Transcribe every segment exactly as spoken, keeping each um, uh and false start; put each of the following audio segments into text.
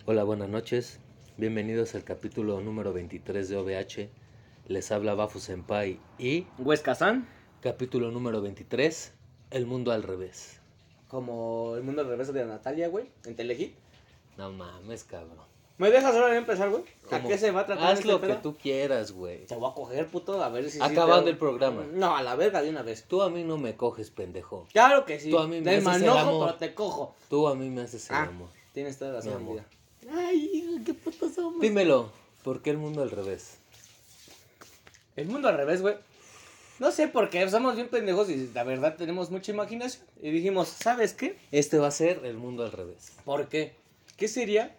Hola, buenas noches. Bienvenidos al capítulo número veintitrés de O V H. Les habla Bafo Senpai y... Huesca-san. Capítulo número veintitrés, El mundo al revés. Como el mundo al revés de Natalia, güey, en Telehit. No mames, cabrón. ¿Me dejas ahora empezar, güey? ¿A ¿Cómo? qué se va a tratar Haz este lo pedo? que tú quieras, güey. Te voy a coger, puto, a ver si... Acabando sí te... el programa. No, a la verga de una vez. Tú a mí no me coges, pendejo. Claro que sí. Tú a mí me Te haces el manojo, amor. pero te cojo. Tú a mí me haces el Ah, amor. tienes toda la razón, Mi amor. vida. Ay, qué puto somos. Dímelo, ¿por qué el mundo al revés? El mundo al revés, güey. No sé por qué, somos bien pendejos y la verdad tenemos mucha imaginación. Y dijimos, ¿sabes qué? Este va a ser el mundo al revés. ¿Por qué? ¿Qué sería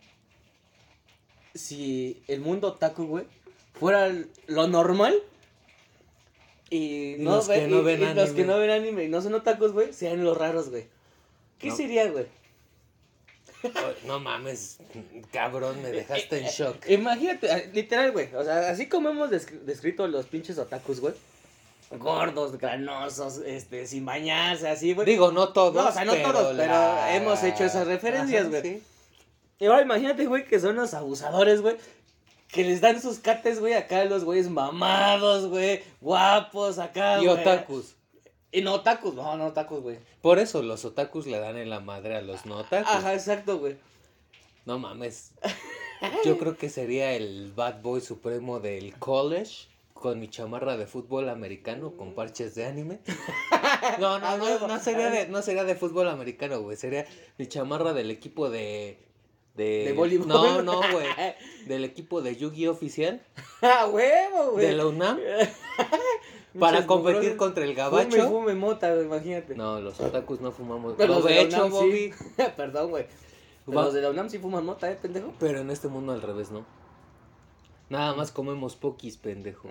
si el mundo otaku, güey, fuera lo normal? Y, Y no los ve- que no y- ven y los anime. que no ven anime y no son otakus, güey, sean los raros, güey. ¿Qué No. sería, güey? Ay, no mames, cabrón, me dejaste en shock. Imagínate, ah, literal, güey. O sea, así como hemos descri- descrito los pinches otakus, güey. Gordos, granosos, este, sin bañarse, así, güey. Digo, no todos, No, o sea, no pero todos, pero la- hemos hecho esas referencias, Ajá, güey. sí. Y ahora imagínate, güey, que son los abusadores, güey. Que les dan sus cates, güey, acá a los güeyes mamados, güey. Guapos, acá, Y güey. otakus. Y no otakus, no, no otakus, güey. Por eso los otakus le dan en la madre a los no otakus. Ajá, exacto, güey. No mames. Yo creo que sería el bad boy supremo del college. Con mi chamarra de fútbol americano con parches de anime. No, no, no, no sería de, no sería de fútbol americano, güey. Sería mi chamarra del equipo de... De, ¿De voleibol? No, no, güey. Del equipo de Yu-Gi-Oh! Oficial. ¡Ah, huevo, güey! De la UNAM. Para Muchos competir mugrosos. contra el Fume, gabacho. fume mota, güey, imagínate. No, los otakus no fumamos. Pero los de la Provecho, UNAM, Bobby. sí. Perdón, güey. Pero Va- los de la UNAM sí fuman mota, ¿eh, pendejo? Pero en este mundo al revés, ¿no? Nada más comemos pokis, pendejo.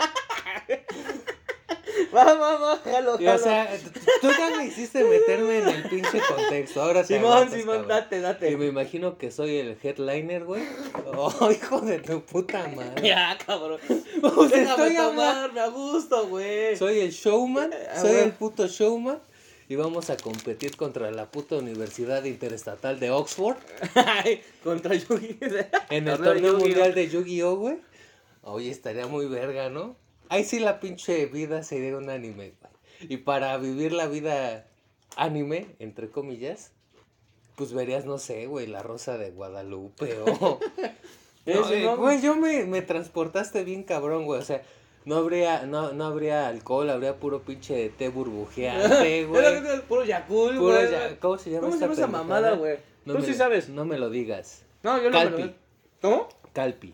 Vamos, vamos, jalo, Y, jalo. o sea, t- tú ya me hiciste meterme en el pinche contexto. Ahora te Simón, aguantas, Simón, cabrón. date, date. Y me imagino que soy el headliner, güey. Oh, hijo de tu puta madre. Ya, cabrón. Pues Déjame estoy hablando. tomarme a gusto, güey. Soy el showman, Ah, soy bueno. el puto showman. Y vamos a competir contra la puta Universidad Interestatal de Oxford. Ay, contra Yugi. En el Torneo torneo Yu-Gi-Oh. mundial de Yu-Gi-Oh, güey. Oye, estaría muy verga, ¿no? Ahí sí la pinche vida sería un anime, güey. Y para vivir la vida anime, entre comillas, pues verías, no sé, güey, La Rosa de Guadalupe o... Eh, No, sí, eh, no. güey, yo me, me transportaste bien cabrón, güey. O sea, no habría, no, no habría alcohol, habría puro pinche té burbujeante, güey. Era que- Puro Yakul, Puro güey. ya- ¿Cómo se llama ¿Cómo se esta llama esa pendejada? mamada, güey? No Tú me sí lo- sabes. No me lo digas. No, yo no Calpi. me lo... ¿Cómo? Calpi.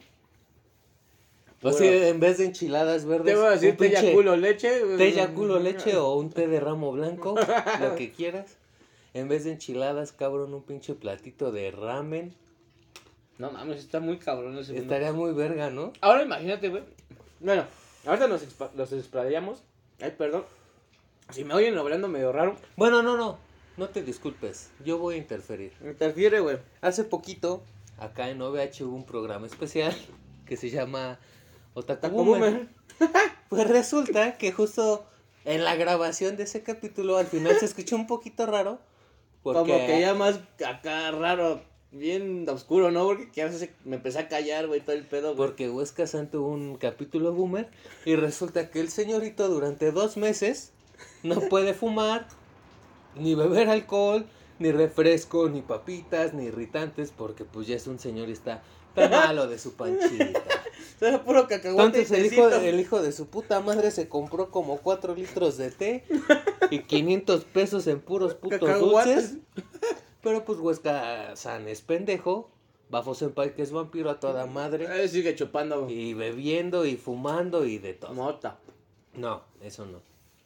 O Bueno. sea, en vez de enchiladas verdes, Te voy a decir un té pinche Yakul o leche. té Yakult o leche o un té de ramo blanco, lo que quieras. En vez de enchiladas, cabrón, un pinche platito de ramen. No mames, está muy cabrón ese mundo. Estaría muy verga, ¿no? Ahora imagínate, güey. Bueno, ahorita nos, expa- nos explayamos. Ay, perdón. Si me oyen hablando medio raro, Bueno, no, no. No te disculpes. Yo voy a interferir. interfiere, güey. Hace poquito, acá en O V H hubo un programa especial que se llama Otaku Taco Boomer. Boomer. Pues resulta que justo en la grabación de ese capítulo al final se escuchó un poquito raro. Porque Como que ya más acá raro, bien oscuro, ¿no? Porque ya se- me empecé a callar, güey, todo el pedo, güey. Porque Huesca San tuvo un capítulo boomer y resulta que el señorito durante dos meses no puede fumar, ni beber alcohol, ni refresco, ni papitas, ni irritantes, porque pues ya es un señor y está tan malo de su panchita. O sea, puro cacahuate. Entonces y el hijo, tecito. el hijo de su puta madre se compró como cuatro litros de té y quinientos pesos en puros putos Cacahuates. dulces. Pero pues Huesca San es pendejo, Bafo Senpai que es vampiro a toda madre. Eh, sigue chupando, güey. Y bebiendo y fumando y de todo. Mota. No, eso no.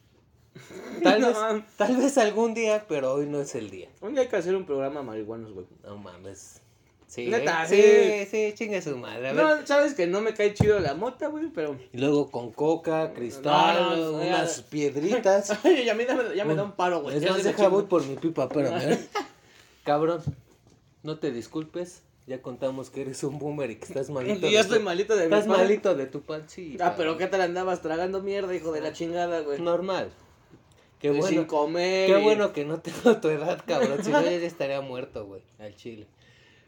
Tal No, vez, man. tal vez algún día, pero hoy no es el día. Un día hay que hacer un programa marihuanos, güey. No mames. Sí, Neta, ¿eh? sí, sí, chingue su madre. A ver. No, sabes que no me cae chido la mota, güey, pero... Y luego con coca, cristal, No, no, unas ya. piedritas. Ay, ya, me da- ya me da un paro, güey. Es Ya más, se me deja voy chingo. por mi pipa, espérame. Cabrón, no te disculpes. Ya contamos que eres un boomer y que estás malito. Y ya de estoy tu- malito de mi Estás padre. malito de tu pancita. Ah, pero ¿qué tal andabas tragando mierda, hijo de la chingada, güey? Normal. Qué Y bueno. sin comer. Qué y- bueno que no tengo tu edad, cabrón. Si no, yo ya estaría muerto, güey, al chile.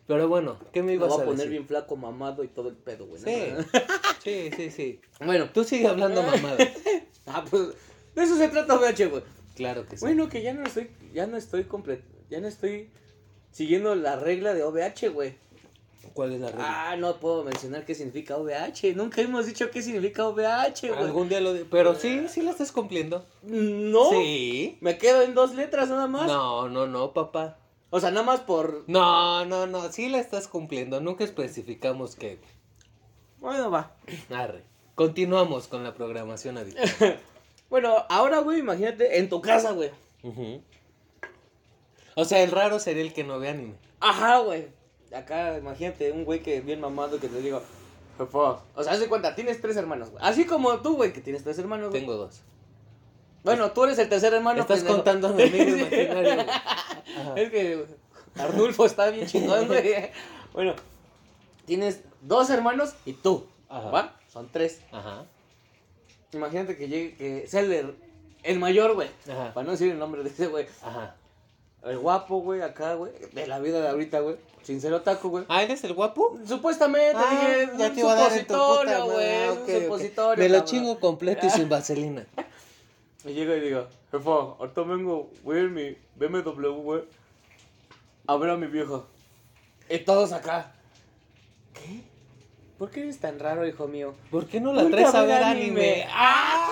Pero bueno, ¿qué me Me ibas voy a a poner decir? bien flaco, mamado y todo el pedo, güey. ¿no? Sí, sí, sí, sí. Bueno, Tú sigue hablando mamadas. ah, pues de eso se trata O V H, güey. Claro que sí. Bueno, que ya no estoy, ya no estoy completo, ya no estoy siguiendo la regla de O V H, güey. ¿Cuál es la regla? Ah, no puedo mencionar qué significa O V H. Nunca hemos dicho qué significa O V H, güey. Algún día lo... di- Pero sí, sí la estás cumpliendo. No. Sí. Me quedo en dos letras nada más. No, no, no, papá. O sea, nada más por... No, no, no, sí la estás cumpliendo. Nunca especificamos que... Bueno, va. Arre. Continuamos con la programación habitual. Bueno, ahora, güey, imagínate en tu casa, güey. Ujú. O sea, el raro sería el que no ve anime. Ajá, güey. Acá, imagínate, un güey que bien mamado que te digo, jefa. O sea, haz de cuenta, tienes tres hermanos, güey. Así como tú, güey, que tienes tres hermanos, güey. Tengo dos. Bueno, tú eres el tercer hermano. Estás pendejo. contando a mi amigo imaginario, güey. Ajá. Es que Arnulfo está bien chingón, güey. Bueno, tienes dos hermanos y tú. Ajá. ¿Va? Son tres. Ajá. Imagínate que llegue, que sea el, el mayor, güey. Ajá. Para no decir el nombre de ese, güey. Ajá. El guapo, güey, acá, güey. De la vida de ahorita, güey. Sin ser otaku, güey. Ah, ¿eres el guapo? Supuestamente, Ah, dije, ya un te iba a dar en tu puta supositorio, madre. güey. Ah, Es ok, un ok. supositorio. Me lo cabrón. chingo completo y sin vaselina. Y llega y diga, jefa, ahorita vengo, voy en mi B M W, güey, a ver a mi vieja. Y todos acá. ¿Qué? ¿Por qué eres tan raro, hijo mío? ¿Por qué no la Ponte traes a a ver ver anime. anime? ¡Ah!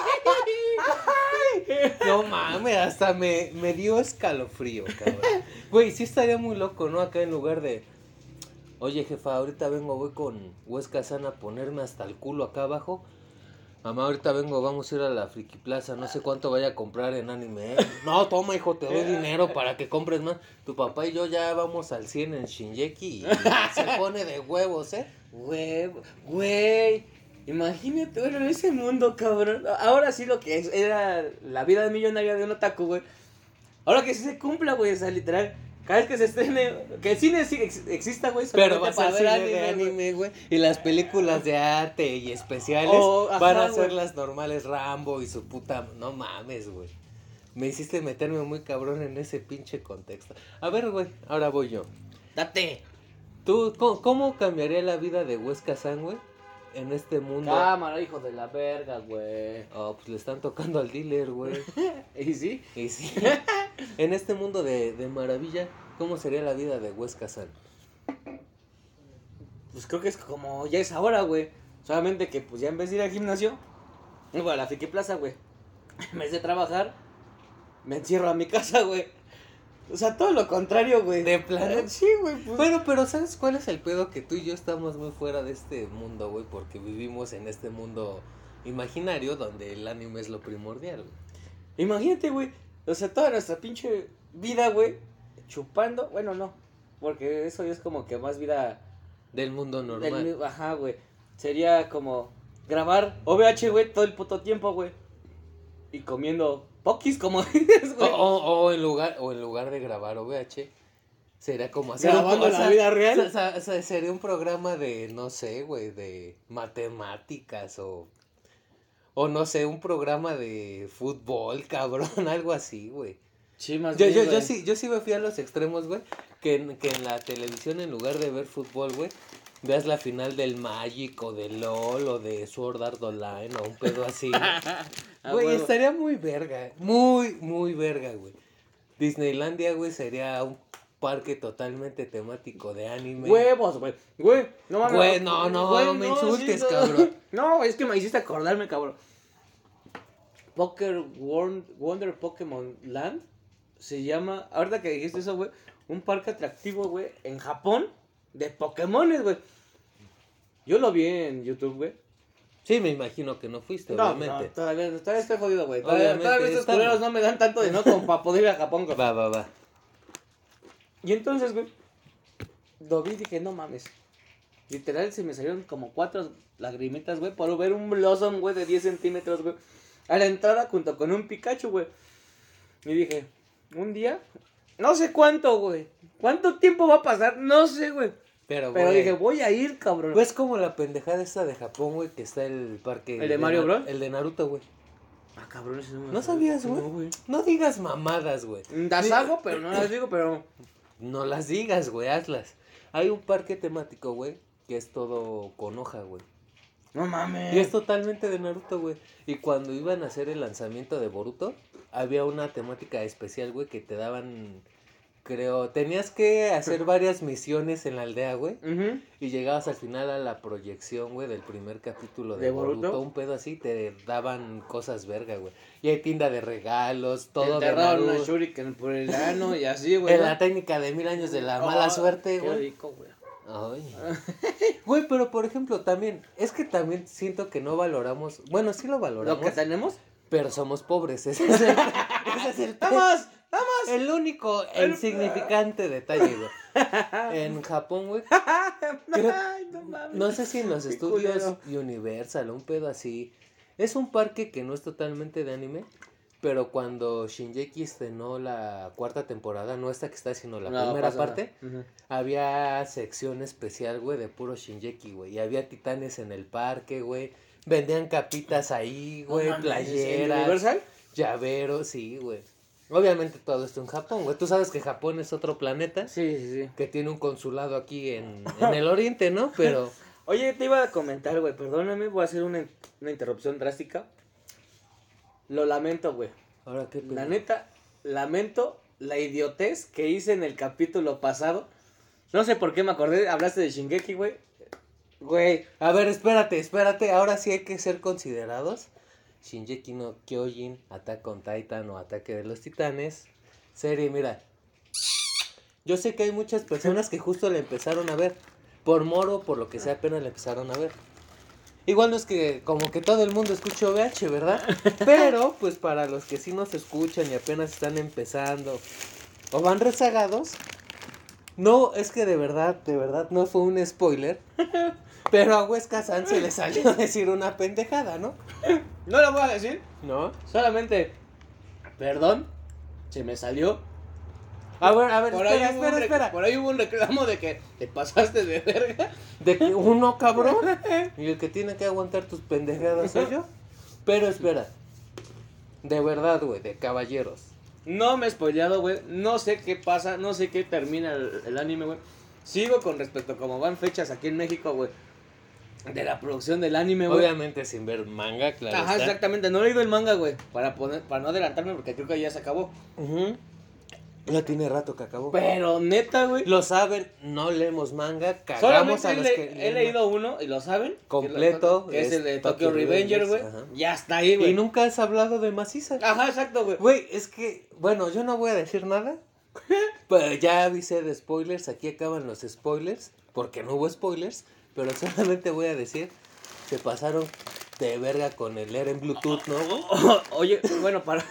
No mames, hasta me, me dio escalofrío, cabrón. Güey, sí estaría muy loco, ¿no? Acá en lugar de... Oye, jefa, ahorita vengo, voy con Huesca Sana a ponerme hasta el culo acá abajo. Mamá, ahorita vengo, vamos a ir a la Friki Plaza, no sé cuánto vaya a comprar en anime, ¿eh? No, toma, hijo, te doy dinero para que compres más. Tu papá y yo ya vamos al cien en Shinjeki y se pone de huevos, ¿eh? Güey, güey. Imagínate, bueno, en ese mundo, cabrón. Ahora sí lo que es, era la vida millonaria de un otaku, güey. Ahora que sí se cumpla, güey, o sea, literal. Cada vez que se estrene, que el cine sí ex- exista, güey, Pero solamente va a ser para cine ver de anime, güey. anime, güey. Y las películas de arte y especiales Oh, ajá, van a ser güey. las normales Rambo y su puta... No mames, güey. Me hiciste meterme muy cabrón en ese pinche contexto. A ver, güey, ahora voy yo. Date. ¿Tú, cómo, cómo cambiaría la vida de Huesca San, güey? En este mundo... Cámara, hijo de la verga, güey. Oh, pues le están tocando al dealer, güey. ¿Y sí? Y sí. En este mundo de, de maravilla, ¿cómo sería la vida de Huesca San? Pues creo que es como ya es ahora, güey. Solamente que pues ya en vez de ir al gimnasio, me voy a la Friki Plaza, güey. En vez de trabajar, me encierro a mi casa, güey. O sea, todo lo contrario, güey. ¿De plano? Eh, Sí, güey, pues. Bueno, pero ¿sabes cuál es el pedo? Que tú y yo estamos muy fuera de este mundo, güey, porque vivimos en este mundo imaginario donde el anime es lo primordial, güey. Imagínate, güey. O sea, toda nuestra pinche vida, güey, chupando. Bueno, no. Porque eso ya es como que más vida. Del mundo normal. del mi- Ajá, güey. Sería como grabar O V H, güey, todo el puto tiempo, güey. Y comiendo pokis, como dices, O, güey. o, o en lugar, o en lugar de grabar O V H, sería como hacer Grabando o la sea, vida real. o sea, o sea, sería un programa de, no sé, güey, de matemáticas o... O no sé, un programa de fútbol, cabrón, algo así, güey. Sí, más Yo, bien, yo, yo güey. sí, yo sí me fui a los extremos, güey. Que en, que en la televisión, en lugar de ver fútbol, güey, veas la final del Magic o del LOL o de Sword Art Online o un pedo así. Ah, Güey, huevo. estaría muy verga. Muy, muy verga, güey. Disneylandia, güey, sería un parque totalmente temático de anime. Huevos, güey. Güey, no mames. Güey, no, no, me insultes, cabrón. No, es que me hiciste acordarme, cabrón. Poker Won- Wonder Pokémon Land se llama, ahorita que dijiste eso, güey, un parque atractivo, güey, en Japón de Pokémones, güey. Yo lo vi en YouTube, güey. Sí, me imagino que no fuiste, No, obviamente. no, todavía, todavía estoy jodido, güey. Todavía, Obviamente, todavía estos estamos. culeros no me dan tanto dinero como para poder ir a Japón, güey. Va, va, va. Y entonces, güey, lo vi y dije, no mames. Literal, se me salieron como cuatro lagrimitas, güey, por ver un Blossom, güey, de diez centímetros, güey. A la entrada junto con un Pikachu, güey. Y dije, un día, no sé cuánto, güey. ¿Cuánto tiempo va a pasar? No sé, güey. Pero, Pero güey, dije, voy a ir, cabrón. pues como la pendejada esta de Japón, güey, que está el parque... ¿El de Mario Na- Bros? El de Naruto, güey. Ah, cabrón, ese no me ¿No lo sabías, sabía. güey? No, güey. No digas mamadas, güey. Las Ni- hago, pero no las digo, pero... No las digas, güey, hazlas. Hay un parque temático, güey, que es todo con hoja, güey. No mames. Y es totalmente de Naruto, güey. Y cuando iban a hacer el lanzamiento de Boruto, había una temática especial, güey, que te daban, creo, tenías que hacer varias misiones en la aldea, güey. Uh-huh. Y llegabas al final a la proyección, güey, del primer capítulo de, ¿De Boruto? Boruto? Un pedo así, te daban cosas verga, güey. Y hay tienda de regalos, Te todo de enterraron una Naruto. shuriken por el ano y así, güey. En ¿no? la técnica de mil años de la mala Oh, suerte, qué güey. rico, güey. Ay. Güey, pero por ejemplo, también, es que también siento que no valoramos, bueno, sí lo valoramos, ¿Lo que tenemos? pero somos pobres, ese es el, ese es el, ¡Vamos! ¡Vamos! el único e insignificante detalle, güey. En Japón, güey, creo- Ay, no mames. no sé si en los Qué estudios culero. Universal o un pedo así, es un parque que no es totalmente de anime, pero cuando Shingeki estrenó la cuarta temporada, no esta que está, sino la No, primera pasa parte, nada. Ujú. había sección especial, güey, de puro Shingeki, güey. Y había titanes en el parque, güey. Vendían capitas ahí, güey, No mames, ¿en playeras, Universal? llaveros, sí, güey. Obviamente todo esto en Japón, güey. Tú sabes que Japón es otro planeta Sí, sí, sí. que tiene un consulado aquí en, en el oriente, ¿no? Pero Oye, te iba a comentar, güey, perdóname, voy a hacer una, una interrupción drástica. Lo lamento, güey. ahora qué pedo. La neta, lamento la idiotez que hice en el capítulo pasado. No sé por qué me acordé, hablaste de Shingeki, güey. Güey, A ver, espérate, espérate. Ahora sí hay que ser considerados. Shingeki no Kyojin, Attack on Titan o Ataque de los Titanes. Serie, mira. Yo sé que hay muchas personas que justo la empezaron a ver. Por moro, por lo que sea, apenas la empezaron a ver. Igual no es que como que todo el mundo escuche O V H, ¿verdad? Pero, pues para los que sí nos escuchan y apenas están empezando o van rezagados, no, es que de verdad, de verdad, no fue un spoiler. Pero a Huesca San se le salió a decir una pendejada, ¿no? no lo voy a decir, ¿No? solamente, perdón, se me salió. A ver, a ver, Por espera, ahí, hubo un espera, rec- espera. por ahí hubo un reclamo de que te pasaste de verga. De que uno cabrón y el que tiene que aguantar tus pendejadas soy yo. Pero espera. De verdad, güey, de caballeros. No me he spoileado, güey. No sé qué pasa, no sé qué termina el, el anime, güey. Sigo con respecto a cómo van fechas aquí en México, güey. De la producción del anime, güey. Obviamente sin ver manga, claro. Ajá, está. exactamente. No he leído el manga, güey. Para, poner, para no adelantarme porque creo que ya se acabó. Ujú. Ya tiene rato que acabó. Pero neta, güey. Lo saben, no leemos manga, cagamos Solamente a he, los le- que he leen leído uno y lo saben. Completo, Que es es el de Tokyo Tokyo Revenger, güey. Revengers, ajá. Ya está ahí, manga. güey. Y nunca has hablado de Maciza. Ajá, exacto, güey. Güey, es que, bueno, yo no voy a decir nada. Pero ya avisé de spoilers, aquí acaban los spoilers, porque no hubo spoilers, pero solamente voy a decir, se pasaron de verga con el leer en Bluetooth, ¿no, güey? Oye, bueno, para.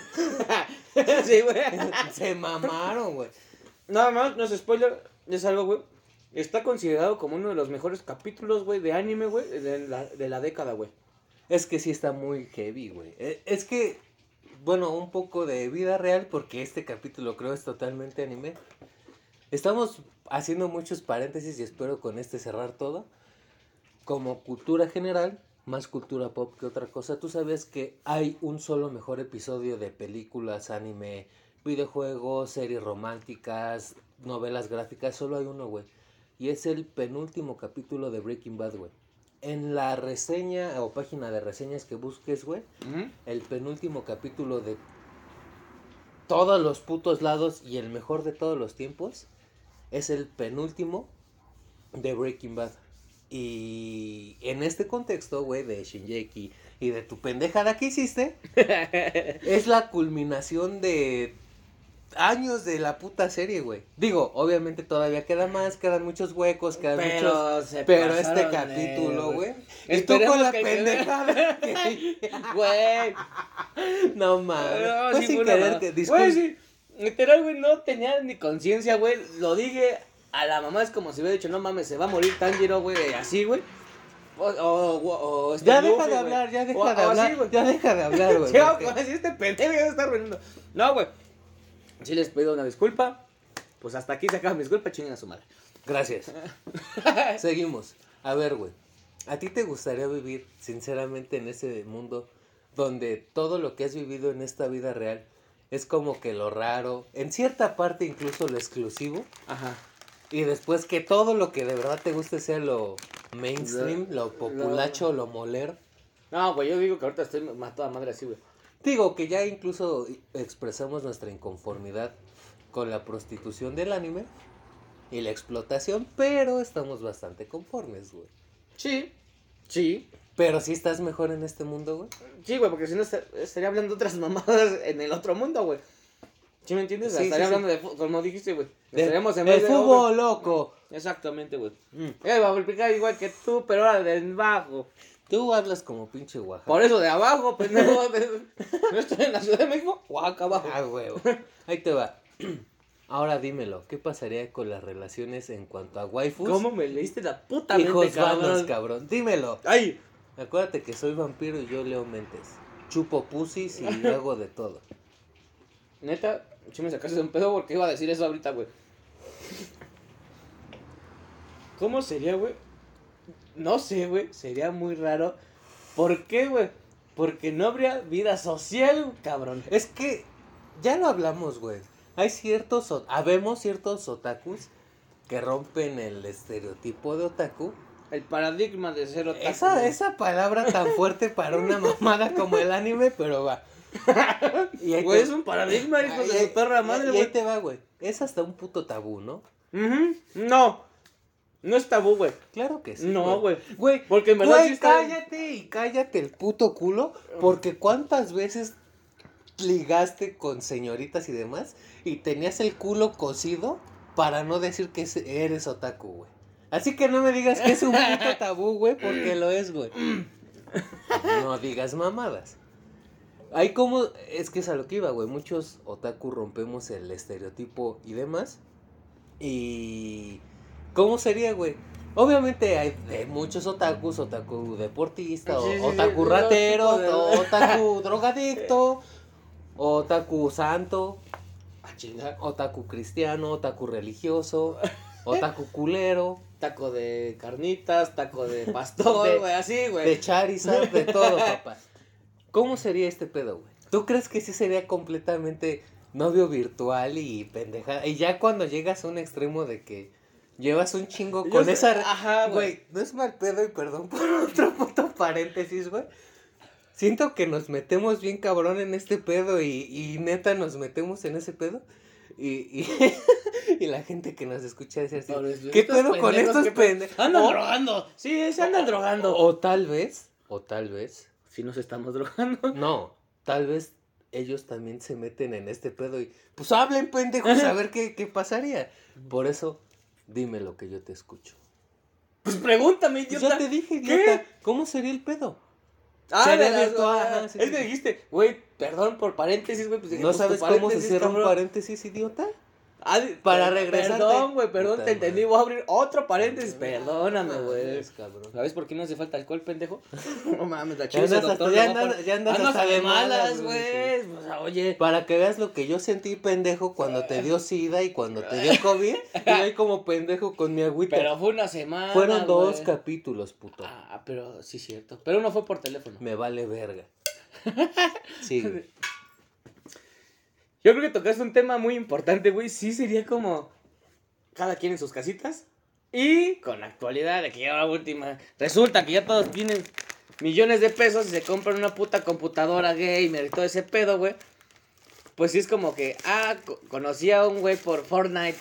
sí, güey. Se mamaron, güey. Nada más, no es spoiler, es algo, güey. Está considerado como uno de los mejores capítulos, güey, de anime, güey, de la, de la década, güey. Es que sí está muy heavy, güey. Eh, Es que, bueno, un poco de vida real, porque este capítulo creo es totalmente anime. Estamos haciendo muchos paréntesis y espero con este cerrar todo. Como cultura general, más cultura pop que otra cosa, ¿tú sabes que hay un solo mejor episodio de películas, anime, videojuegos, series románticas, novelas gráficas? Solo hay uno, güey. Y es el penúltimo capítulo de Breaking Bad, güey. En la reseña o página de reseñas que busques, güey, Ujú. el penúltimo capítulo de todos los putos lados y el mejor de todos los tiempos es el penúltimo de Breaking Bad. Y en este contexto, güey, de Shingeki y de tu pendejada que hiciste, es la culminación de años de la puta serie, güey. Digo, obviamente todavía queda más, quedan muchos huecos, quedan Pero muchos... se Pero este pasaron de- capítulo, güey. Y tú Esperemos con la que el que- pendejada que... Güey. No mames. No, Fue sí sin fue una querer mamada. que... Güey, Disculpe. sí. Literal, güey, no tenía ni conciencia, güey. Lo dije a la mamá, es como si hubiera dicho, no mames, se va a morir Tanjiro, güey, así, güey. O, o, o, o este Ya Luffy, deja de güey. hablar, ya deja O- de o así, hablar. güey. Ya deja de hablar, güey. Sí, porque- güey, si este pendejo ya se está riendo. No, güey. Sí les pido una disculpa. Pues hasta aquí se acaba mi disculpa, chinguen a su madre. Gracias. Seguimos. A ver, güey. ¿A ti te gustaría vivir, sinceramente, en ese mundo donde todo lo que has vivido en esta vida real es como que lo raro, en cierta parte incluso lo exclusivo? Ajá. Y después que todo lo que de verdad te guste sea lo mainstream, lo, lo populacho, lo, lo molero. No, güey, yo digo que ahorita estoy más toda madre así, güey. Digo que ya incluso expresamos nuestra inconformidad con la prostitución del anime y la explotación, pero estamos bastante conformes, güey. Sí, sí. Pero sí estás mejor en este mundo, güey. Sí, güey, porque si no estaría hablando de otras mamadas en el otro mundo, güey. ¿Sí me entiendes? Sí, estaría sí, hablando sí. de, como dijiste, güey. De, Estaríamos en el vez de fútbol, over... loco. Exactamente, güey. Mm. Eh, va a explicar igual que tú, pero ahora de abajo. Tú hablas como pinche Oaxaca. Por eso de abajo, pendejo. No estoy en la Ciudad de México, Oaxaca abajo. Ah, huevo. Ahí te va. Ahora dímelo, ¿qué pasaría con las relaciones en cuanto a waifus? ¿Cómo me leíste la puta mente, Hijos cabrón? vanos, cabrón. Dímelo. Ay. Acuérdate que soy vampiro y yo leo mentes. Chupo pusis y hago de todo. Neta, si me sacaste de un pedo porque iba a decir eso ahorita, güey. ¿Cómo sería, güey? No sé, güey. Sería muy raro. ¿Por qué, güey? Porque no habría vida social, cabrón. Es que ya lo hablamos, güey. Hay ciertos, habemos ciertos otakus que rompen el estereotipo de otaku. El paradigma de ser otaku. Esa, esa palabra tan fuerte para una mamada como el anime, pero va. Y güey, te... es un paradigma, hijo de su perra madre, güey. Y ahí te va, güey. Es hasta un puto tabú, ¿no? Uh-huh. No. No es tabú, güey. Claro que sí. No, güey. Güey, porque en verdad güey, sí está... cállate y cállate el puto culo. Porque cuántas veces ligaste con señoritas y demás y tenías el culo cosido para no decir que eres otaku, güey. Así que no me digas que es un puto tabú, güey, porque lo es, güey. No digas mamadas. Hay como, es que es a lo que iba, güey. Muchos otaku rompemos el estereotipo y demás. Y... ¿cómo sería, güey? Obviamente hay de muchos otakus, otaku deportista, sí, sí, otaku sí, ratero, de... otaku drogadicto, otaku santo, otaku cristiano, otaku religioso, otaku culero. Taco de carnitas, taco de pastor, güey, así, güey. De Charizard, de todo, papá. ¿Cómo sería este pedo, güey? ¿Tú crees que sí sería completamente novio virtual y pendejada? Y ya cuando llegas a un extremo de que llevas un chingo con Yo esa... Sé, ajá, güey. No es mal pedo y perdón por otro puto paréntesis, güey. Siento que nos metemos bien cabrón en este pedo y, y neta nos metemos en ese pedo. Y, y, y la gente que nos escucha dice así, no, ¿qué pedo con estos pendejos? Andan o, drogando. Sí, se andan o, drogando. O, o tal vez, o tal vez. Si nos estamos drogando. No, tal vez ellos también se meten en este pedo y pues hablen pendejos a ver qué, qué pasaría. Por eso, dime lo que yo te escucho. Pues pregúntame, idiota. Pues yo te dije, idiota, ¿qué? ¿Cómo sería el pedo? Ah, de las, virtual, ajá, sí, es sí. que dijiste, güey, perdón por paréntesis, güey. Pues, ¿No pues, sabes cómo se cierra un paréntesis, idiota? Ah, para regresar. Perdón, güey, perdón, Puta te madre. entendí. Voy a abrir otro paréntesis. Perdóname, güey. ¿Sabes por qué no hace falta alcohol, pendejo? No mames, la chica. Ya, doctor, ya andas, ya andas, andas de malas, güey. O sea, oye. Para que veas lo que yo sentí, pendejo, cuando te dio SIDA y cuando te dio COVID. Y ahí como pendejo con mi agüita. Pero fue una semana. Fueron dos wey. capítulos, puto. Ah, pero sí, cierto. Pero uno fue por teléfono. Me vale verga. Sí, güey. Yo creo que tocaste un tema muy importante, güey. Sí sería como cada quien en sus casitas. Y con la actualidad de que ya la última... Resulta que ya todos tienen millones de pesos y se compran una puta computadora gamer y todo ese pedo, güey. Pues sí es como que... Ah, co- conocí a un güey por Fortnite.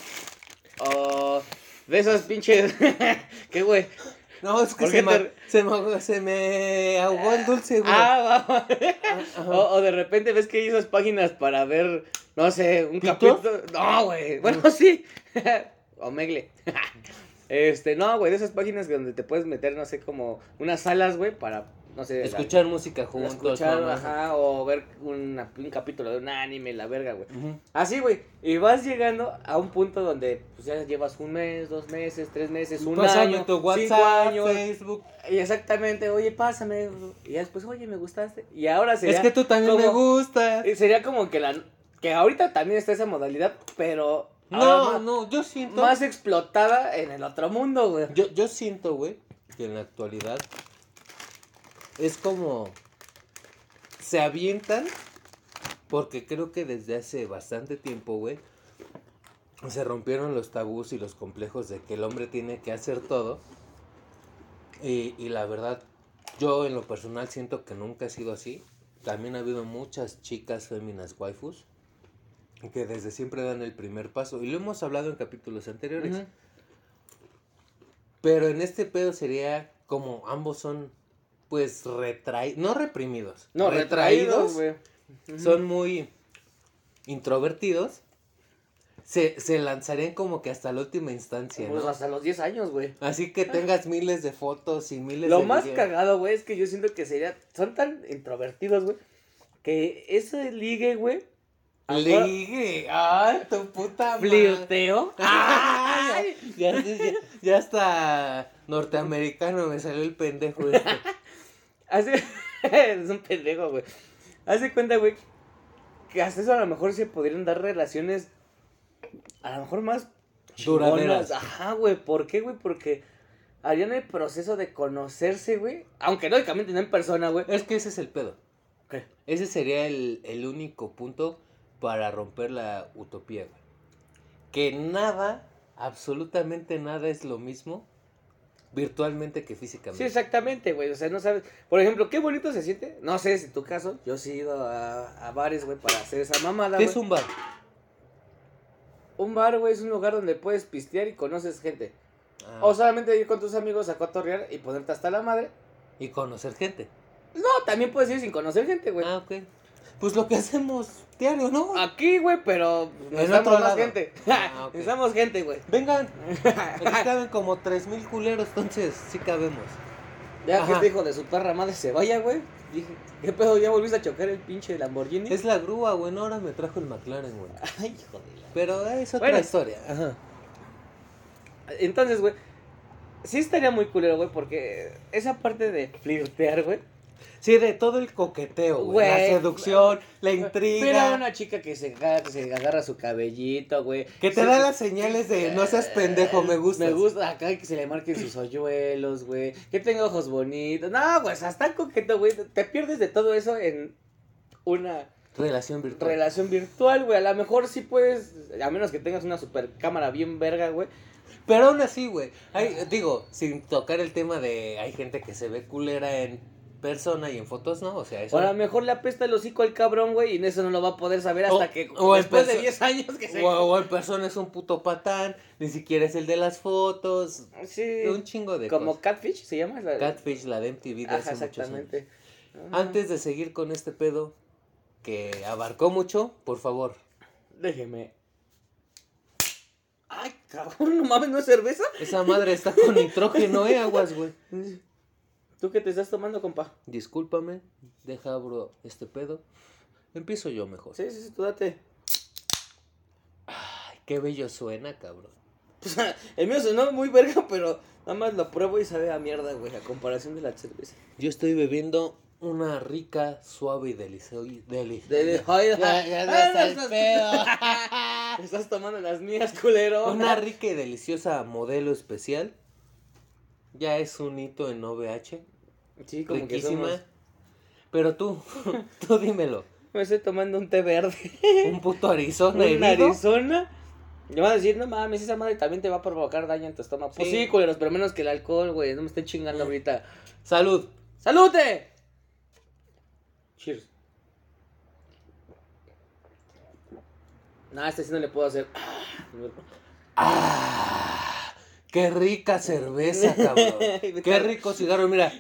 O de esos pinches... ¿Qué, güey? No, es que se, ma- te... se, me, se me ahogó el dulce, güey. Ah, va. o, o de repente ves que hay esas páginas para ver, no sé, un capítulo. No, güey. Bueno, sí. Omegle. este, no, güey, de esas páginas donde te puedes meter, no sé, como unas salas, güey, para, no sé. Escuchar la, música juntos. Escuchar, ajá, o ver una, un capítulo de un anime, la verga, güey. Uh-huh. Así, güey. Y vas llegando a un punto donde, pues ya llevas un mes, dos meses, tres meses, un Pásame año, tu WhatsApp, cinco años. Facebook. Y exactamente, oye, pásame. Y ya después, oye, me gustaste. Y ahora sería... Es que tú también como, me gustas. Sería como que la... Que ahorita también está esa modalidad, pero... No, más, no, yo siento... Más explotada en el otro mundo, güey. Yo, yo siento, güey, que en la actualidad es como... Se avientan, porque creo que desde hace bastante tiempo, güey, se rompieron los tabús y los complejos de que el hombre tiene que hacer todo. Y, y la verdad, yo en lo personal siento que nunca ha sido así. También ha habido muchas chicas féminas waifus que desde siempre dan el primer paso. Y lo hemos hablado en capítulos anteriores. Uh-huh. Pero en este pedo sería como ambos son, pues, retraídos, no reprimidos. No, retraídos, güey. Uh-huh. Son muy introvertidos. Se, se lanzarían como que hasta la última instancia, pues ¿no? hasta los diez años, güey. Así que tengas miles de fotos y miles Lo de... Lo más videos. Cagado, güey, es que yo siento que sería... Son tan introvertidos, güey, que ese ligue, güey... Ligue, ay, tu puta madre. ¿Flirteo? Ay, ya, ya, ya hasta norteamericano me salió el pendejo este. Hace... es un pendejo, güey. Hace cuenta, güey, que hasta eso a lo mejor se podrían dar relaciones... A lo mejor más duraderas. Ajá, güey. ¿Por qué, güey? Porque harían el proceso de conocerse, güey. Aunque lógicamente no en persona, güey. Es que ese es el pedo. ¿Qué? Ese sería el, el único punto para romper la utopía, güey. Que nada, absolutamente nada es lo mismo virtualmente que físicamente. Sí, exactamente, güey. O sea, no sabes. Por ejemplo, qué bonito se siente. No sé si tu caso. Yo sí he ido a, a bares, güey, para hacer esa mamada, ¿Qué güey. es un bar? Un bar, güey, es un lugar donde puedes pistear y conoces gente. Ah. O solamente ir con tus amigos a cotorrear y ponerte hasta la madre. Y conocer gente. No, también puedes ir sin conocer gente, güey. Ah, ok. Pues lo que hacemos diario, ¿no? Aquí, güey, pero necesitamos más gente. Ah, okay. Necesitamos gente, güey. Vengan. Aquí caben como tres mil culeros, entonces sí cabemos. Ya Ajá. que este hijo de su perra madre se vaya, güey. Dije, ¿qué pedo? ¿Ya volviste a chocar el pinche Lamborghini? Es la grúa, güey. No, ahora me trajo el McLaren, güey. Ay, hijo de la... Pero es otra bueno, historia. Ajá. Entonces, güey, sí estaría muy culero, güey, porque esa parte de flirtear, güey. Sí, de todo el coqueteo, güey. La seducción, la intriga. Pero una chica que se, que se agarra su cabellito, güey. Que te sí, da las señales de no seas pendejo, me gusta. Me gusta acá que se le marquen sus hoyuelos, güey. Que tenga ojos bonitos. No, güey, hasta coqueto, güey. Te pierdes de todo eso en una... Relación virtual. Relación virtual, güey. A lo mejor sí puedes, a menos que tengas una super cámara bien verga, güey. Pero aún así, güey. Digo, sin tocar el tema de hay gente que se ve culera en persona y en fotos, ¿no? O sea, eso... O a lo mejor le apesta el hocico al cabrón, güey, y en eso no lo va a poder saber hasta o, que o después de diez años que se... O, o en persona es un puto patán, ni siquiera es el de las fotos. Sí. Un chingo de Como cosas. Catfish, ¿se llama? La... Catfish, la de M T V de Ajá, hace muchos años. exactamente. Antes de seguir con este pedo, que abarcó mucho, por favor. Déjeme. Ay, cabrón, no mames, ¿no es cerveza? Esa madre está con nitrógeno, eh, aguas, güey. ¿Tú qué te estás tomando, compa? Discúlpame, deja abro este pedo. Empiezo yo mejor. Sí, sí, sí, tú date. Ay, qué bello suena, cabrón. Pues, el mío sonó muy verga, pero nada más lo pruebo y sabe a mierda, güey, a comparación de la cerveza. Yo estoy bebiendo una rica, suave y deliciosa. Deli Deli ya, ya, ya está el pedo. Estás tomando las mías, culero. Una rica y deliciosa modelo especial. Ya es un hito en O V H. Sí, como riquísima. Que somos... Pero tú, tú dímelo. Me estoy tomando un té verde. Un puto Arizona. ¿Un Arizona? Me van a decir, no mames, esa madre también te va a provocar daño en tu estómago. Sí. Pues sí, culeros, pero menos que el alcohol, güey. No me estén chingando ahorita. Salud. ¡Salute! Cheers. No, este sí no le puedo hacer. ¡Ah! ¡Qué rica cerveza, cabrón! ¡Qué rico cigarro! Mira.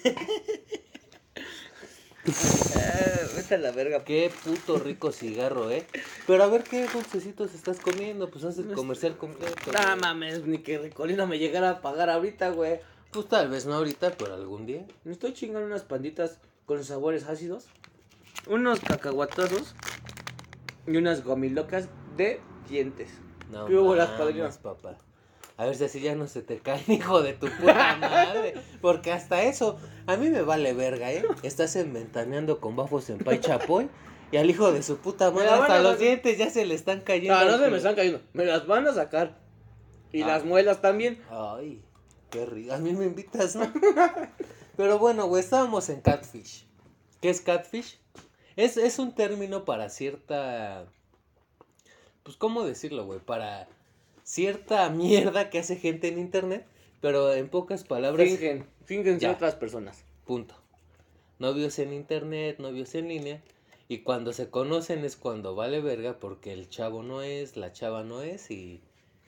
Vete a la verga. Qué puto rico cigarro, eh. Pero a ver qué dulcecitos estás comiendo. Pues haz el comercial completo. No mames, ni que Ricolino me llegara a pagar ahorita, güey. Pues tal vez no ahorita, pero algún día. Me estoy chingando unas panditas con sabores ácidos, unos cacahuatazos y unas gomilocas de dientes. No ¿Qué hubo, las padrinas, papá? A ver si así ya no se te cae, hijo de tu puta madre. Porque hasta eso, a mí me vale verga, ¿eh? Estás inventaneando con bafos en Pai Chapoy y al hijo de su puta madre hasta los dientes ya se le están cayendo. No, no se me están cayendo, me las van a sacar. Y ah. las muelas también. Ay, qué rico. A mí me invitas, ¿no? Pero bueno, güey, estábamos en Catfish. ¿Qué es Catfish? Es, es un término para cierta... pues, ¿cómo decirlo, güey? Para cierta mierda que hace gente en internet, pero en pocas palabras. Fingen, fingen ser Ya. otras personas. Punto. Novios en internet, novios en línea. Y cuando se conocen es cuando vale verga porque el chavo no es, la chava no es y...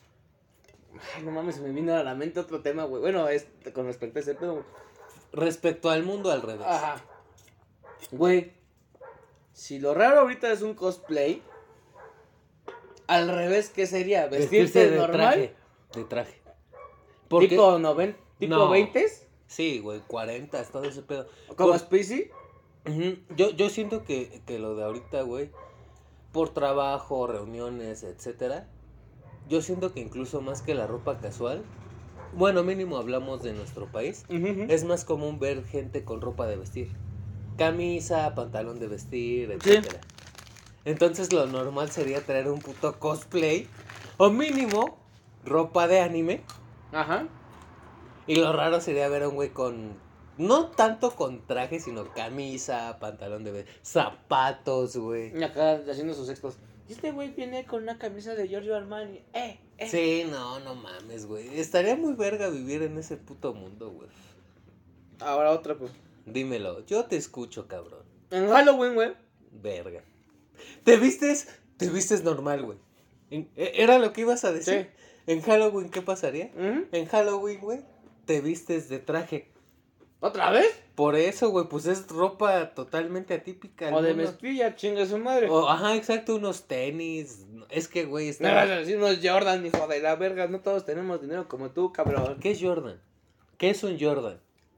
Ay, no mames, se me vino a la mente otro tema, güey. Bueno, es con respecto a ese pedo, güey. Respecto al mundo al revés. Ajá. Güey, si lo raro ahorita es un cosplay, al revés, ¿qué sería? ¿Vestirse de normal? traje. De traje. Porque... ¿Tipo noven? ¿Tipo No. veintes? Sí, güey, cuarenta, todo ese pedo. ¿Como Por- Spacey? Ujú. Yo, yo siento que, que lo de ahorita, güey, por trabajo, reuniones, etcétera, yo siento que incluso más que la ropa casual, bueno, mínimo hablamos de nuestro país, Uh-huh. es más común ver gente con ropa de vestir. Camisa, pantalón de vestir, Sí. etcétera. Entonces lo normal sería traer un puto cosplay, o mínimo, ropa de anime, Ajá. y lo raro sería ver a un güey con... No tanto con traje, sino camisa, pantalón de vestir, zapatos, güey. Y acá haciendo sus expos. Y este güey viene con una camisa de Giorgio Armani. Eh, eh. Sí, no, no mames, güey. Estaría muy verga vivir en ese puto mundo, güey. Ahora otra, pues. Dímelo, yo te escucho, cabrón. En Halloween, güey. Verga. ¿Te vistes? Te vistes normal, güey. En- e- ¿Era lo que ibas a decir? Sí. ¿En Halloween qué pasaría? Ujú. En Halloween, güey, te vistes de traje. ¿Otra vez? Por eso, güey, pues es ropa totalmente atípica. del O de mundo. mezclilla, chinga su madre. O, ajá, exacto, unos tenis. Es que, güey, Me vas a está... decir unos Jordan, hijo de la verga. No todos tenemos dinero como tú, cabrón. ¿Qué es Jordan? ¿Qué es un Jordan?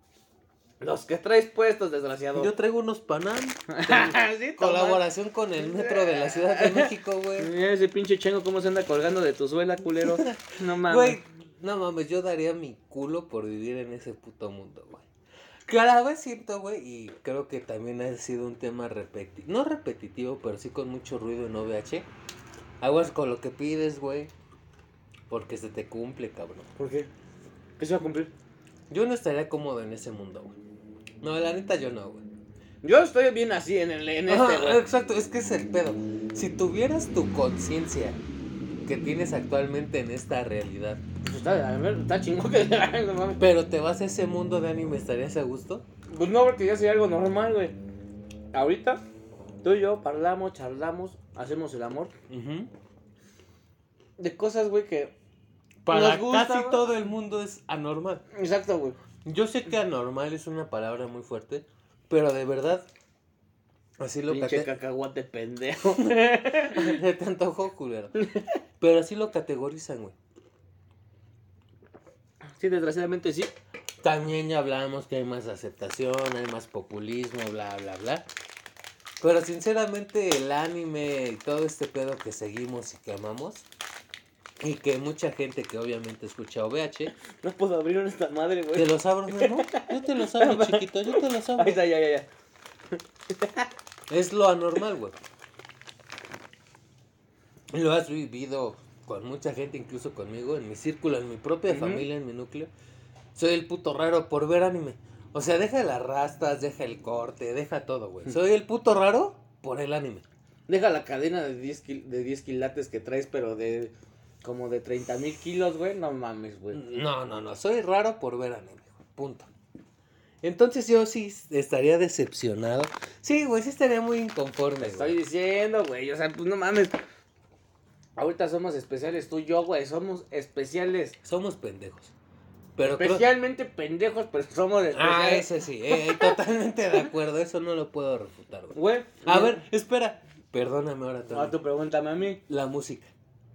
Los que traes puestos, desgraciado. Yo traigo unos Panam. Sí, Colaboración con el metro de la Ciudad de México, güey. Mira ese pinche chengo cómo se anda colgando de tu suela, culero. No mames. Güey, no mames, yo daría mi culo por vivir en ese puto mundo, güey. Cada vez siento, güey, y creo que también ha sido un tema repetitivo, no repetitivo, pero sí con mucho ruido en O V H. Aguas con lo que pides, güey, porque se te cumple, cabrón. ¿Por qué? ¿Qué se va a cumplir? Yo no estaría cómodo en ese mundo, güey. No, la neta yo no, güey. Yo estoy bien así en, el, en Ajá, este, güey. exacto, es que es el pedo. Si tuvieras tu conciencia que tienes actualmente en esta realidad, Pues está, a ver, está chingón que no mames. pero te vas a ese mundo de anime, ¿estarías a gusto? Pues no, porque ya sería algo normal, güey. Ahorita, tú y yo parlamos, charlamos, hacemos el amor. Ujú. De cosas, güey, que... Para Nos gusta, casi güey. todo el mundo es anormal. Exacto, güey. Yo sé que anormal es una palabra muy fuerte, pero de verdad, así lo Pinche cate... cacahuate pendejo. Se te antojó, culero. Pero así lo categorizan, güey. Sí, desgraciadamente sí. También ya hablamos que hay más aceptación, hay más populismo, bla, bla, bla. Pero sinceramente el anime y todo este pedo que seguimos y que amamos, y que mucha gente que obviamente escucha O V H, No puedo abrir esta madre, ¿te güey. los abro, Memo? Yo te los abro, chiquito, yo te los abro. Ahí está, ya, ya, ya. Es lo anormal, güey. Lo has vivido con mucha gente, incluso conmigo, en mi círculo, en mi propia Ujú. familia, en mi núcleo. Soy el puto raro por ver anime. O sea, deja las rastas, deja el corte, deja todo, güey. Soy el puto raro por el anime. Deja la cadena de diez, kil- de diez quilates que traes, pero de... Como de treinta mil kilos, güey. No mames, güey. No, no, no. Soy raro por ver anime, güey. Punto. Entonces yo sí estaría decepcionado. Sí, güey, sí estaría muy inconforme, Te güey. estoy diciendo, güey. O sea, pues no mames. Ahorita somos especiales, tú y yo, güey. Somos especiales. Somos pendejos. Pero creo- Especialmente pendejos, pero somos especiales. Ah, ese sí, eh, eh, totalmente de acuerdo, eso no lo puedo refutar, güey. Güey. A no- ver, espera, perdóname ahora Ahora también. tú pregúntame a mí. La música.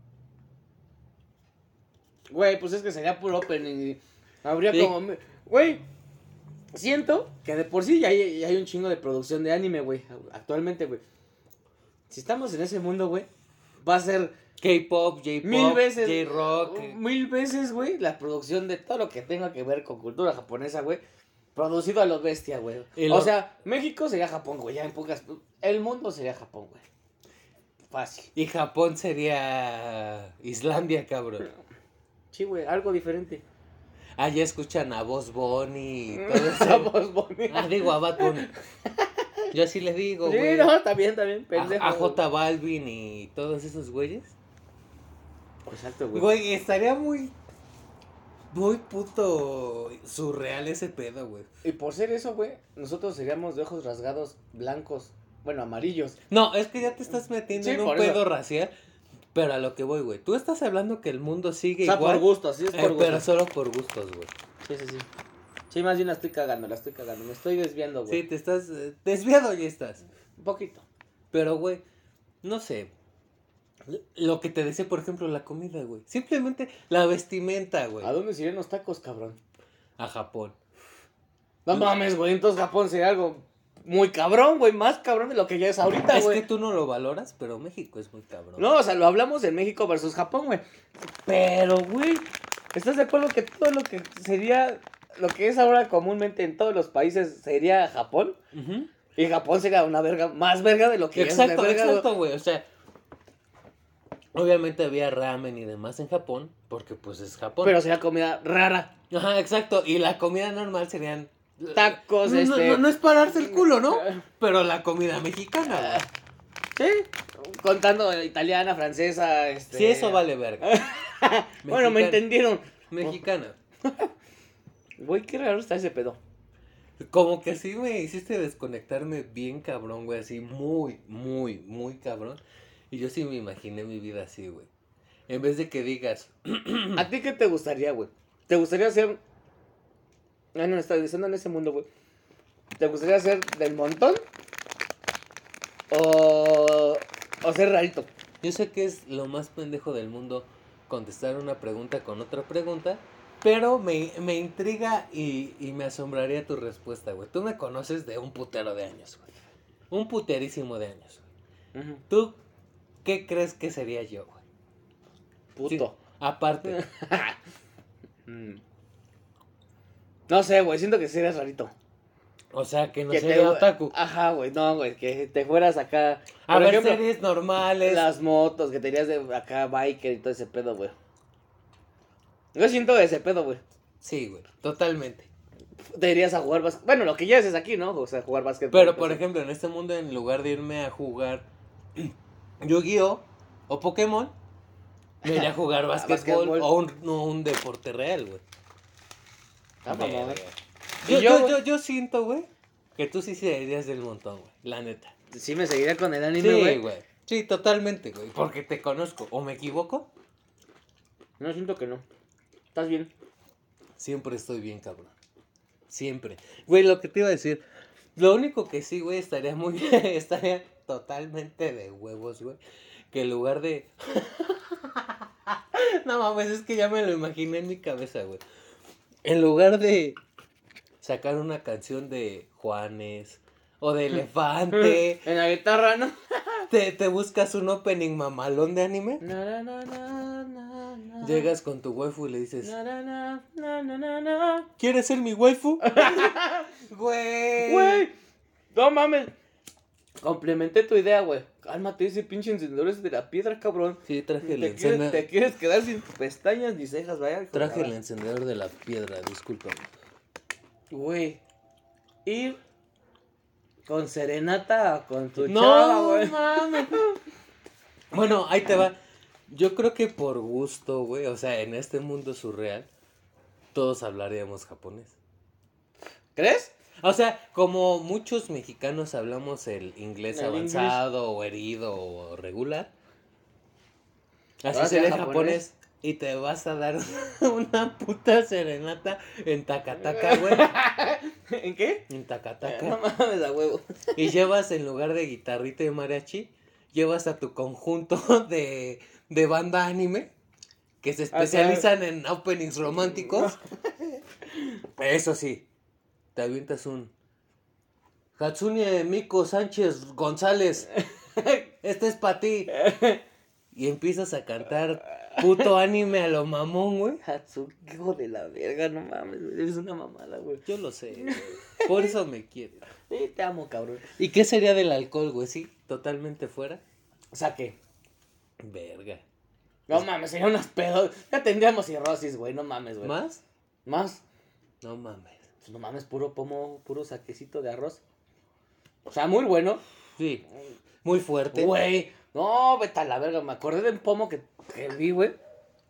Güey, pues es que sería puro opening. Y habría Sí. como... Güey, siento que de por sí ya hay, ya hay un chingo de producción de anime, güey. Actualmente, güey. Si estamos en ese mundo, güey, va a ser K-pop, J-pop, mil veces... J-rock. Mil veces, güey, la producción de todo lo que tenga que ver con cultura japonesa, güey. Producido a lo bestia, güey. Y O lo- sea, México sería Japón, güey. Ya en pocas... El mundo sería Japón, güey. Fácil. Y Japón sería Islandia, cabrón. Sí, güey, algo diferente. Allá escuchan a Boss Bunny y todo A eso. Bugs Bunny. Ah, digo a Bad Bunny. Yo así le digo, Sí, güey. no, está bien, está bien, pendejo. A, a J Balvin y todos esos güeyes. Exacto, güey. Güey, estaría muy, muy puto surreal ese pedo, güey. Y por ser eso, güey, nosotros seríamos de ojos rasgados, blancos, bueno, amarillos. No, es que ya te estás metiendo Sí, en un por pedo eso. racial, pero a lo que voy, güey. Tú estás hablando que el mundo sigue O sea, igual. por gusto, sí es por eh, gusto. pero solo por gustos, güey. Sí, sí, sí. Sí, más bien la estoy cagando, la estoy cagando. Me estoy desviando, güey. Sí, te estás eh, desviado y estás. Un poquito. Pero, güey, no sé. Lo que te decía, por ejemplo, la comida, güey. Simplemente la vestimenta, güey. ¿A dónde serían los tacos, cabrón? A Japón. No mames, güey, entonces Japón sería algo muy cabrón, güey, más cabrón de lo que ya es ahorita, Es güey. que tú no lo valoras, pero México es muy cabrón. No, o sea, lo hablamos en México versus Japón, güey. Pero, güey, ¿estás de acuerdo que todo lo que sería, lo que es ahora comúnmente en todos los países sería Japón? Ujú. Y Japón sería una verga, más verga de lo que Exacto, ya es de verga. exacto, güey. O sea, obviamente había ramen y demás en Japón, porque pues es Japón. Pero sería comida rara. Ajá, exacto. Y la comida normal serían Tacos, no, este... no, no, no es pararse el culo, ¿no? Pero la comida mexicana, güey. Sí, contando italiana, francesa, este... Sí, eso vale verga. Bueno, me Mexicana. entendieron. Mexicana. Güey, qué raro está ese pedo. Como que sí me hiciste desconectarme bien cabrón, güey, así muy, muy, muy cabrón. Y yo sí me imaginé mi vida así, güey. En vez de que digas, ¿A ti qué te gustaría, güey? ¿Te gustaría ser... Ah, no, estás diciendo en ese mundo, güey. ¿Te gustaría ser del montón? O... O ser rarito. yo sé que es lo más pendejo del mundo contestar una pregunta con otra pregunta, pero me, me intriga y, y me asombraría tu respuesta, güey. Tú me conoces de un putero de años, güey. Un puterísimo de años, güey. Ujú. ¿Tú qué crees que sería yo, güey? Puto. Sí, aparte. Mm. No sé, güey, siento que sí eres rarito. O sea, que no Que sería te... otaku. Ajá, güey, no, güey, que te fueras acá... A Por ver, ejemplo, series normales. las motos, que te irías de acá biker y todo ese pedo, güey. Yo siento ese pedo, güey. Sí, güey, totalmente. Te irías a jugar básquet. Bueno, lo que ya haces aquí, ¿no? O sea, jugar básquet. Pero, por ejemplo, en este mundo, en lugar de irme a jugar Yu-Gi-Oh! O Pokémon, me iría a jugar básquetbol Básquetbol. o un, no, un deporte real, güey. Ah, mamón. Verga. Y Yo, yo, yo, güey. yo, yo siento, güey, que tú sí serías del montón, güey. La neta. Sí me seguiría con el anime, Sí, güey. güey. Sí, totalmente, güey. Porque te conozco. ¿O me equivoco? No, siento que no. ¿Estás bien? Siempre estoy bien, cabrón. Siempre. Güey, lo que te iba a decir. Lo único que sí, güey, estaría muy... estaría totalmente de huevos, güey. Que en lugar de... no mames, es que ya me lo imaginé en mi cabeza, güey. En lugar de sacar una canción de Juanes o de Elefante, En la guitarra, ¿no? te, te buscas un opening mamalón de anime, Na, na, na, na, na, na. llegas con tu waifu y le dices, Na, na, na, na, na, na, na. ¿quieres ser mi waifu? Güey. Güey, no mames. Complementé tu idea, güey. Cálmate, ese pinche encendedor es de la piedra, cabrón. Sí, traje el Te quieres, encendedor. te quieres quedar sin pestañas ni cejas, vaya. hijo de Traje la- el encendedor de la piedra, discúlpame. Güey. Ir con serenata o con tu No, chava, güey. mames. Bueno, ahí te va. Yo creo que por gusto, güey, o sea, en este mundo surreal, todos hablaríamos japonés. ¿Crees? O sea, como muchos mexicanos hablamos el inglés El avanzado o herido o regular, así Ahora sería sea japonés. japonés. Y te vas a dar una puta serenata en Takataka, güey. ¿En qué? En No Takataka. mames, a huevo. Y llevas en lugar de guitarrita y mariachi, llevas a tu conjunto de, de banda anime que se especializan en openings románticos. Eso sí, te avientas un Hatsune Miko Sánchez González. Este es para ti. Y empiezas a cantar puto anime a lo mamón, güey. Hatsuki, hijo de la verga, no mames, güey. Eres una mamada, güey. Yo lo sé, güey. Por eso me quiero. Sí, te amo, cabrón. ¿Y qué sería del alcohol, güey? Sí, totalmente fuera. O sea, ¿qué? Verga. No mames, serían unas pedos. Ya tendríamos cirrosis, güey, no mames, güey. ¿Más? ¿Más? No mames. Pues no mames, puro pomo, puro saquecito de arroz. O sea, muy bueno. Sí. Muy fuerte. Güey, no, vete a la verga. Me acordé de un pomo que, que vi, güey.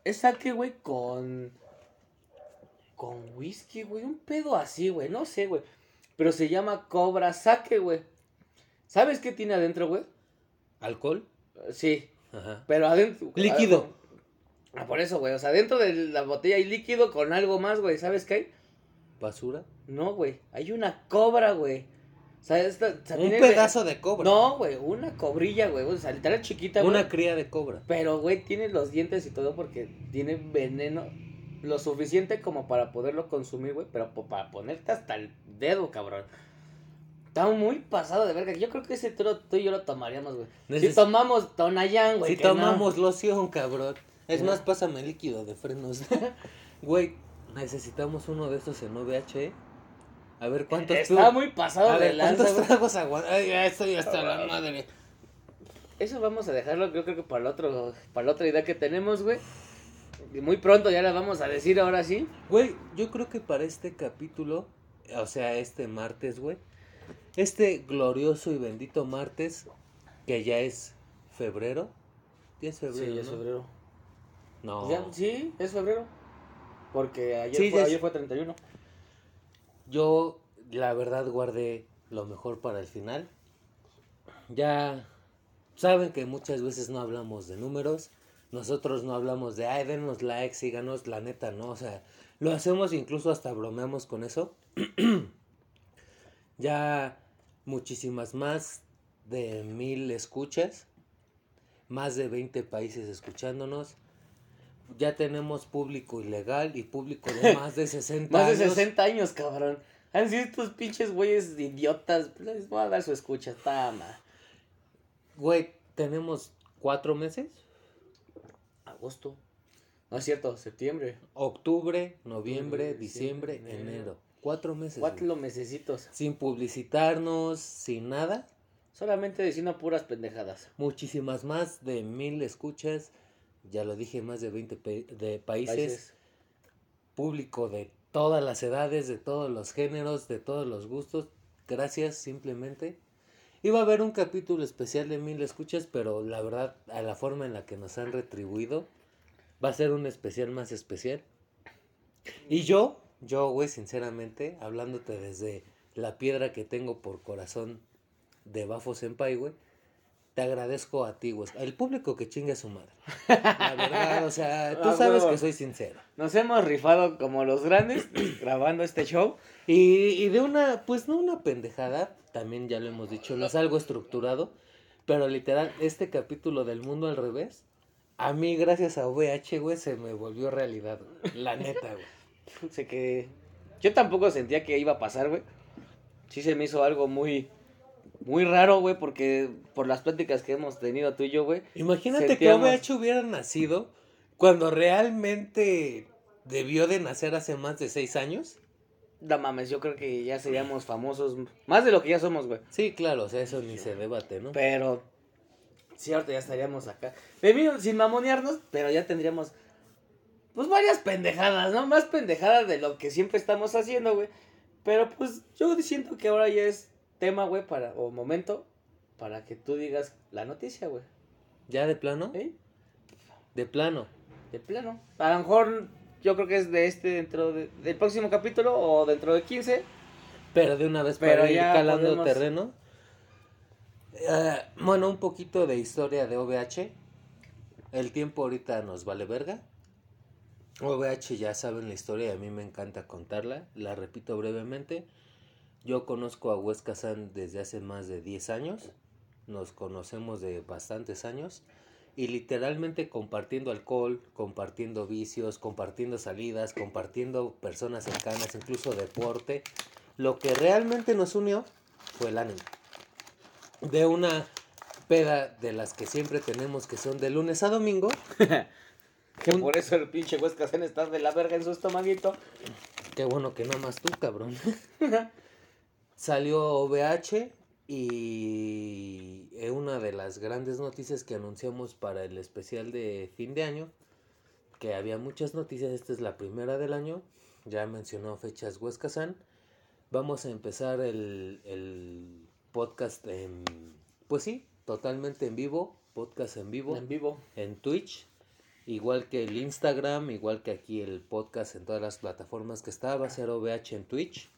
Es sake, güey, con... Con whisky, güey. Un pedo así, güey. No sé, güey. Pero se llama Cobra Sake, güey. ¿Sabes qué tiene adentro, güey? ¿Alcohol? Sí. Ajá. Pero adentro... Líquido. Ah, por eso, güey. O sea, dentro de la botella hay líquido con algo más, güey. ¿Sabes qué hay? ¿Basura? No, güey. Hay una cobra, güey. O sea, esta, o sea, Un tiene- pedazo de cobra. No, güey. Una cobrilla, güey. O sea, literal chiquita, güey. Una cría de cobra. Pero, güey, tiene los dientes y todo porque tiene veneno lo suficiente como para poderlo consumir, güey. Pero po- para ponerte hasta el dedo, cabrón. Está muy pasado de verga. Yo creo que ese tú, lo- tú y yo lo tomaríamos, güey. Neces- Si tomamos Tonayán, güey. Si que no. tomamos loción, cabrón. Es ¿Eh? más, pásame líquido de frenos. Güey, necesitamos uno de esos en O V H. ¿eh? A ver cuántos. Está tu- muy pasado A de ver, lanza, ¿cuántos güey. tragos aguantan? Ay, ya estoy hasta la madre. Eso vamos a dejarlo, yo creo que para el otro, para la otra idea que tenemos, güey. Y muy pronto ya la vamos a decir ahora sí. Güey, yo creo que para este capítulo, o sea, este martes, güey. Este glorioso y bendito martes, que ya es febrero. ¿Ya es febrero? Sí, ya es ¿no? febrero. No. Ya, sí, es febrero. Porque ayer, Sí, fue, ya es- ayer fue treinta y uno. Yo, la verdad, guardé lo mejor para el final. Ya saben que muchas veces no hablamos de números. Nosotros no hablamos de, ay, denos like, síganos, la neta, no. O sea, lo hacemos, incluso hasta bromeamos con eso. Ya muchísimas más de mil escuchas. Más de veinte países escuchándonos. Ya tenemos público ilegal y público de más de sesenta Más de años. sesenta años, cabrón. Han sido estos pinches güeyes idiotas. Les voy a dar su escucha, está ma. Güey, tenemos cuatro meses. Agosto. No es cierto, septiembre. Octubre, noviembre, Octubre, diciembre, diciembre, enero. enero. Cuatro meses. Cuatro güey. mesecitos. Sin publicitarnos, sin nada. Solamente diciendo puras pendejadas. Muchísimas más de mil escuchas. Ya lo dije, más de veinte pe- de países. Países. Público de todas las edades, de todos los géneros, de todos los gustos. Gracias, simplemente. Iba a haber un capítulo especial de mil escuchas, pero la verdad, a la forma en la que nos han retribuido, va a ser un especial más especial. Y yo, yo, güey, sinceramente, hablándote desde la piedra que tengo por corazón de Bafo Senpai, güey, te agradezco a ti, güey. El público que chingue a su madre. La verdad, o sea, tú Ah, sabes huevo. que soy sincero. Nos hemos rifado como los grandes grabando este show. Y, y de una, pues no una pendejada, también ya lo hemos dicho, no es algo estructurado, pero literal, este capítulo del mundo al revés, a mí gracias a O V H, güey, se me volvió realidad, güey. La neta, güey. Sé que yo tampoco sentía que iba a pasar, güey. Sí se me hizo algo muy muy raro, güey, porque por las pláticas que hemos tenido tú y yo, güey. Imagínate sentíamos- que O V H hubiera nacido cuando realmente debió de nacer hace más de seis años. No mames, yo creo que ya seríamos famosos más de lo que ya somos, güey. Sí, claro, o sea, eso ni se debate, ¿no? Pero sí, ahorita ya estaríamos acá. Bebido, sin mamonearnos, pero ya tendríamos pues varias pendejadas, ¿no? Más pendejadas de lo que siempre estamos haciendo, güey. Pero pues yo siento que ahora ya es tema, güey, para o momento para que tú digas la noticia, güey. ¿Ya de plano? ¿Eh? De plano. De plano. A lo mejor yo creo que es de este dentro de- del próximo capítulo o dentro de quince. Pero de una vez Pero para ir ya calando podemos- terreno. Eh, bueno, un poquito de historia de O V H. El tiempo ahorita nos vale verga. O V H ya saben la historia y a mí me encanta contarla. La repito brevemente. Yo conozco a Huesca San desde hace más de diez años. Nos conocemos de bastantes años. Y literalmente compartiendo alcohol, compartiendo vicios, compartiendo salidas, compartiendo personas cercanas, incluso deporte. Lo que realmente nos unió fue el anime. De una peda de las que siempre tenemos, que son de lunes a domingo. Que Un- por eso el pinche Huesca Zen está de la verga en su estomaguito. Qué bueno que nada más tú, cabrón. Salió O V H y eh, una de las grandes noticias que anunciamos para el especial de fin de año, que había muchas noticias, esta es la primera del año, ya mencionó fechas Huesca San. Vamos a empezar el, el podcast en, pues sí, totalmente en vivo, podcast en vivo, En vivo. en Twitch. igual que el Instagram, igual que aquí el podcast en todas las plataformas que está, va a ser O V H en Twitch.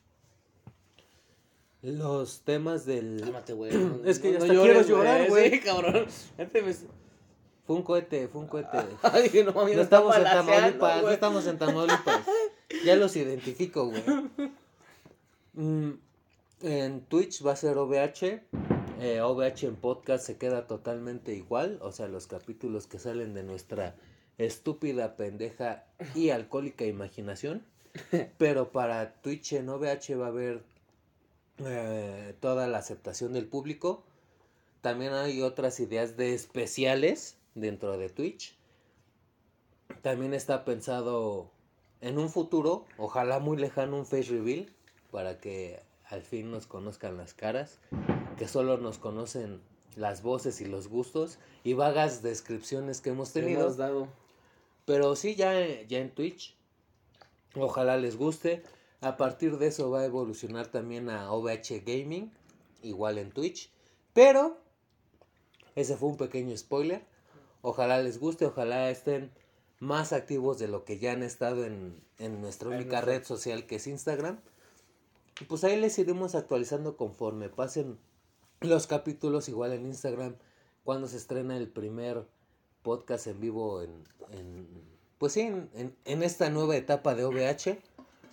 Los temas del... Cálmate, güey. Es que no, ya no hasta llores, quiero llorar, güey. Sí, cabrón. Este me... Fue un cohete, fue un cohete. Ay, no, mames, No estamos en balaceando, Tamaulipas, no güey. estamos en Tamaulipas. Ya los identifico, güey. Mm, en Twitch va a ser O V H. Eh, O V H en podcast se queda totalmente igual. O sea, los capítulos que salen de nuestra estúpida, pendeja y alcohólica imaginación. Pero para Twitch en O V H va a haber eh, toda la aceptación del público. También hay otras ideas de especiales dentro de Twitch. También está pensado en un futuro, ojalá muy lejano, un face reveal para que al fin nos conozcan las caras, que solo nos conocen las voces y los gustos y vagas descripciones que hemos tenido. Hemos dado. Pero sí, ya, ya en Twitch, ojalá les guste. A partir de eso va a evolucionar también a O V H Gaming, igual en Twitch. Pero ese fue un pequeño spoiler. Ojalá les guste, ojalá estén más activos de lo que ya han estado en, en nuestra única nuestra- red social que es Instagram. Y pues ahí les iremos actualizando conforme pasen los capítulos, igual en Instagram, cuando se estrena el primer podcast en vivo en, en pues sí, en, en, en esta nueva etapa de O V H.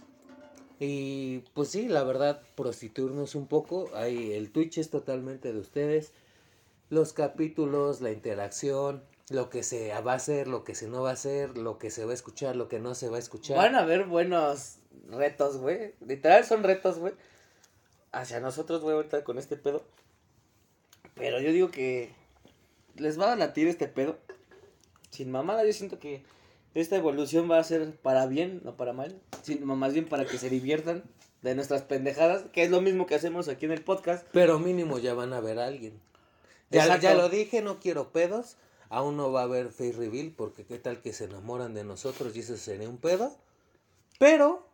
Y pues sí, la verdad, prostituirnos un poco. Ahí el Twitch es totalmente de ustedes. Los capítulos, la interacción, lo que se va a hacer, lo que se no va a hacer, lo que se va a escuchar, lo que no se va a escuchar. Van a haber buenos retos, güey. Literal son retos, güey. Hacia nosotros, güey, ahorita con este pedo. Pero yo digo que les va a latir este pedo. Sin mamada, yo siento que esta evolución va a ser para bien, no para mal. Sino más bien para que se diviertan de nuestras pendejadas, que es lo mismo que hacemos aquí en el podcast. Pero mínimo ya van a ver a alguien. Ya, Exacto. ya lo dije, no quiero pedos. Aún no va a haber face reveal porque qué tal que se enamoran de nosotros y eso sería un pedo. Pero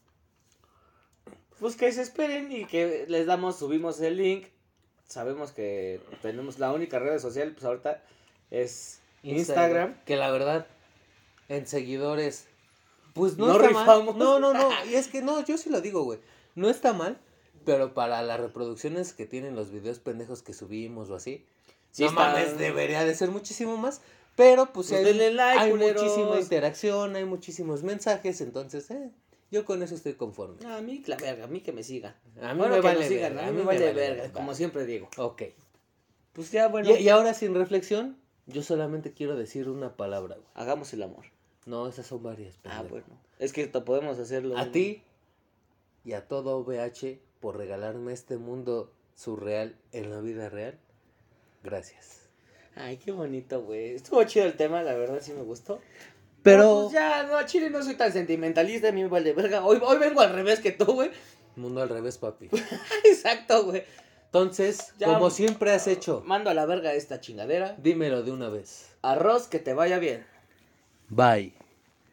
Pues que se esperen y que les damos, subimos el link. Sabemos que tenemos la única red social, pues ahorita es Instagram. Que la verdad, en seguidores, pues no, No está rifamos. mal. No, no, no. Y es que no, yo sí lo digo, güey. No está mal, pero para las reproducciones que tienen los videos pendejos que subimos o así, Sí no está- mames, debería de ser muchísimo más. Pero pues, Pues hay, denle like, hay culeros. muchísima interacción, hay muchísimos mensajes, entonces, eh, yo con eso estoy conforme. A mí, la verga, a mí que me sigan. A mí Bueno, me que vale nos sigan, verga, a mí me vale verga, como siempre digo. Ok. Pues ya, bueno, Y, y ahora sin reflexión, yo solamente quiero decir una palabra, güey. hagamos el amor. No, esas son varias. Ah, pendejo. bueno. Es que to- podemos hacerlo. A ti y a todo O V H por regalarme este mundo surreal en la vida real. Gracias. Ay, qué bonito, güey. Estuvo chido el tema, la verdad sí me gustó. Pero- pues ya, no, a Chile no soy tan sentimentalista, a mí me vale verga. Hoy, hoy vengo al revés que tú, güey. Mundo al revés, papi. Exacto, güey. Entonces, Ya- como siempre has hecho, Mando a la verga esta chingadera. dímelo de una vez. Arroz, que te vaya bien. Bye.